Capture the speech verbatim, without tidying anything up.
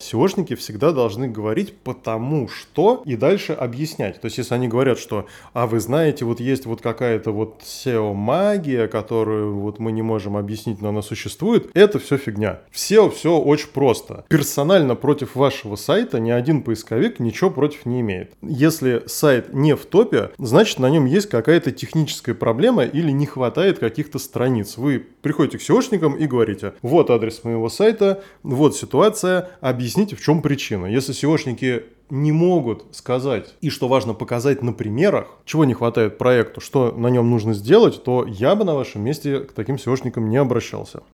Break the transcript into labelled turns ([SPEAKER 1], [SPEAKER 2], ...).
[SPEAKER 1] сеошники всегда должны говорить «потому что» и дальше объяснять. То есть, если они говорят, что «а вы знаете, вот есть вот какая-то вот сео-магия, которую вот мы не можем объяснить, но она существует», это все фигня. В сео все очень просто. Персонально против вашего сайта ни один поисковик ничего против не имеет. Если сайт не в топе, значит, на нем есть какая-то техническая проблема или не хватает каких-то страниц. Вы приходите к сеошникам и говорите: вот адрес моего сайта, вот ситуация, объясните, в чем причина. Если сеошники не могут сказать, и что важно показать на примерах, чего не хватает проекту, что на нем нужно сделать, то я бы на вашем месте к таким сеошникам не обращался.